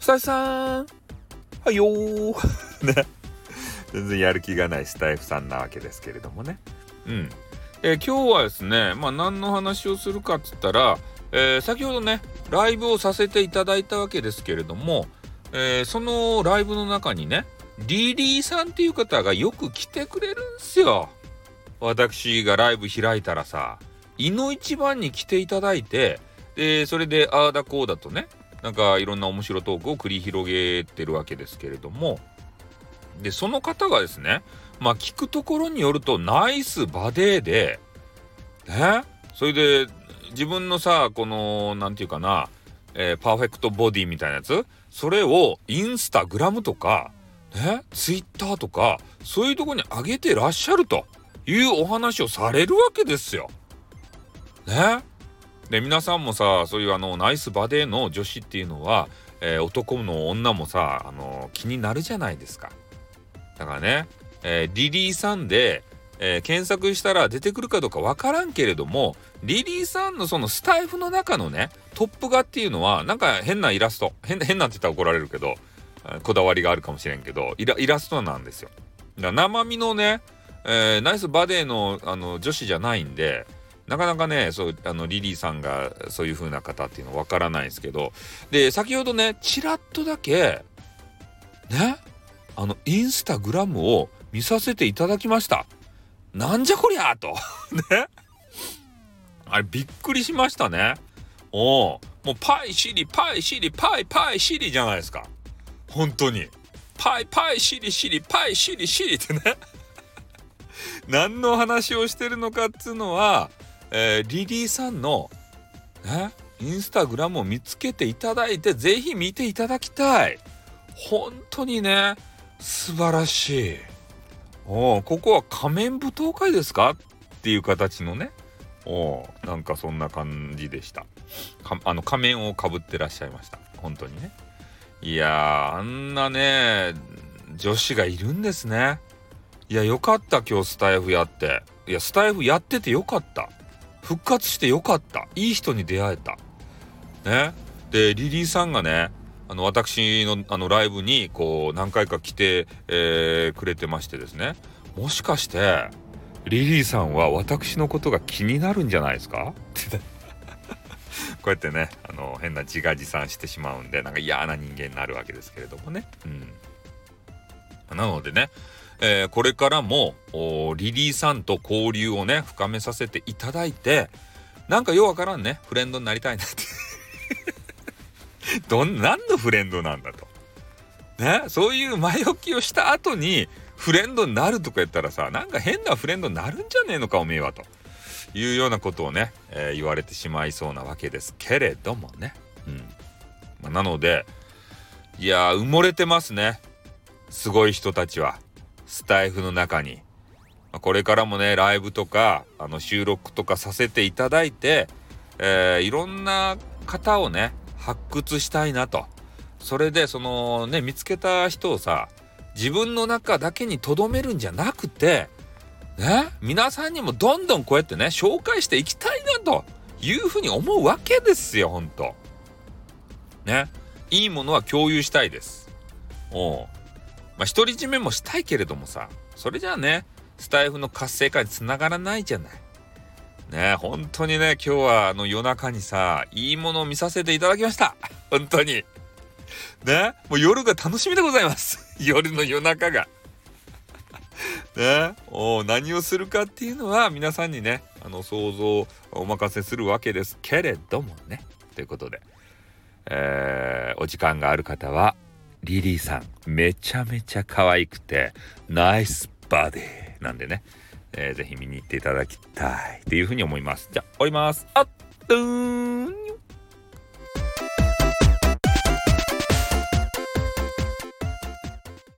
スタイフさんはいよーね、全然やる気がないスタイフさんなわけですけれどもね。今日はですね、何の話をするかっつったら、先ほどねライブをさせていただいたわけですけれども、そのライブの中にねリリーさんっていう方がよく来てくれるんすよ。私がライブ開いたらさ、いの一番に来ていただいて、でそれでああだこうだとね、なんかいろんな面白トークを繰り広げてるわけですけれども、でその方がですね、聞くところによるとナイスバデーでそれで自分のさ、このなんていうかな、パーフェクトボディみたいなやつ、それをインスタグラムとかツイッターとかそういうところに上げてらっしゃるというお話をされるわけですよ。で皆さんもさ、そういうナイスバデーの女子っていうのは、男も女もさ気になるじゃないですか。だからね、リリーさんで、検索したら出てくるかどうかわからんけれども、リリーさんのそのスタイフの中のねトップ画っていうのはなんか変なイラスト、変なんて言ったら怒られるけど、こだわりがあるかもしれんけどイラストなんですよ。だから生身のね、ナイスバデーの女子じゃないんで、なかなかね、そうリリーさんがそういう風な方っていうのわからないんですけど、で先ほどねちらっとだけねインスタグラムを見させていただきました。なんじゃこりゃーとね、あれびっくりしましたね。もうパイシリパイシリパイパイシリじゃないですか。本当にパイパイシリシリパイシリシリってね何の話をしてるのかっつうのは、リリーさんのインスタグラムを見つけていただいて、ぜひ見ていただきたい。本当にね素晴らしい。ここは仮面舞踏会ですかっていう形のね、なんかそんな感じでした。仮面をかぶってらっしゃいました。本当にね。いやー、あんなね女子がいるんですね。いやよかった、今日スタイフやって。いやスタイフやっててよかった。復活してよかった。いい人に出会えたね。でリリーさんがね私のライブにこう何回か来て、くれてましてですね、もしかしてリリーさんは私のことが気になるんじゃないですかってこうやってね変な自画自賛してしまうんで、なんか嫌な人間になるわけですけれどもね。なのでね、これからもリリーさんと交流をね深めさせていただいて、なんかようわからんねフレンドになりたいなって何のフレンドなんだとね、そういう前置きをした後にフレンドになるとか言ったらさ、なんか変なフレンドになるんじゃねえのかおめえはというようなことをね、言われてしまいそうなわけですけれどもね。なのでいや埋もれてますね、すごい人たちはスタイフの中に。これからもねライブとか収録とかさせていただいて、いろんな方をね発掘したいなと。それでそのね見つけた人をさ、自分の中だけに留めるんじゃなくてね、皆さんにもどんどんこうやってね紹介していきたいなというふうに思うわけですよ。本当ね、いいものは共有したいです。独り占めもしたいけれどもさ、それじゃあねスタイフの活性化につながらないじゃないね。本当にね今日は夜中にさいいものを見させていただきました本当にね、もう夜が楽しみでございます夜の夜中がね、何をするかっていうのは皆さんにね想像をお任せするわけですけれどもね。ということで、お時間がある方はリリーさんめちゃめちゃ可愛くてナイスバディなんでね、ぜひ見に行っていただきたいっていうふうに思います。じゃあ終わります。あっとーん。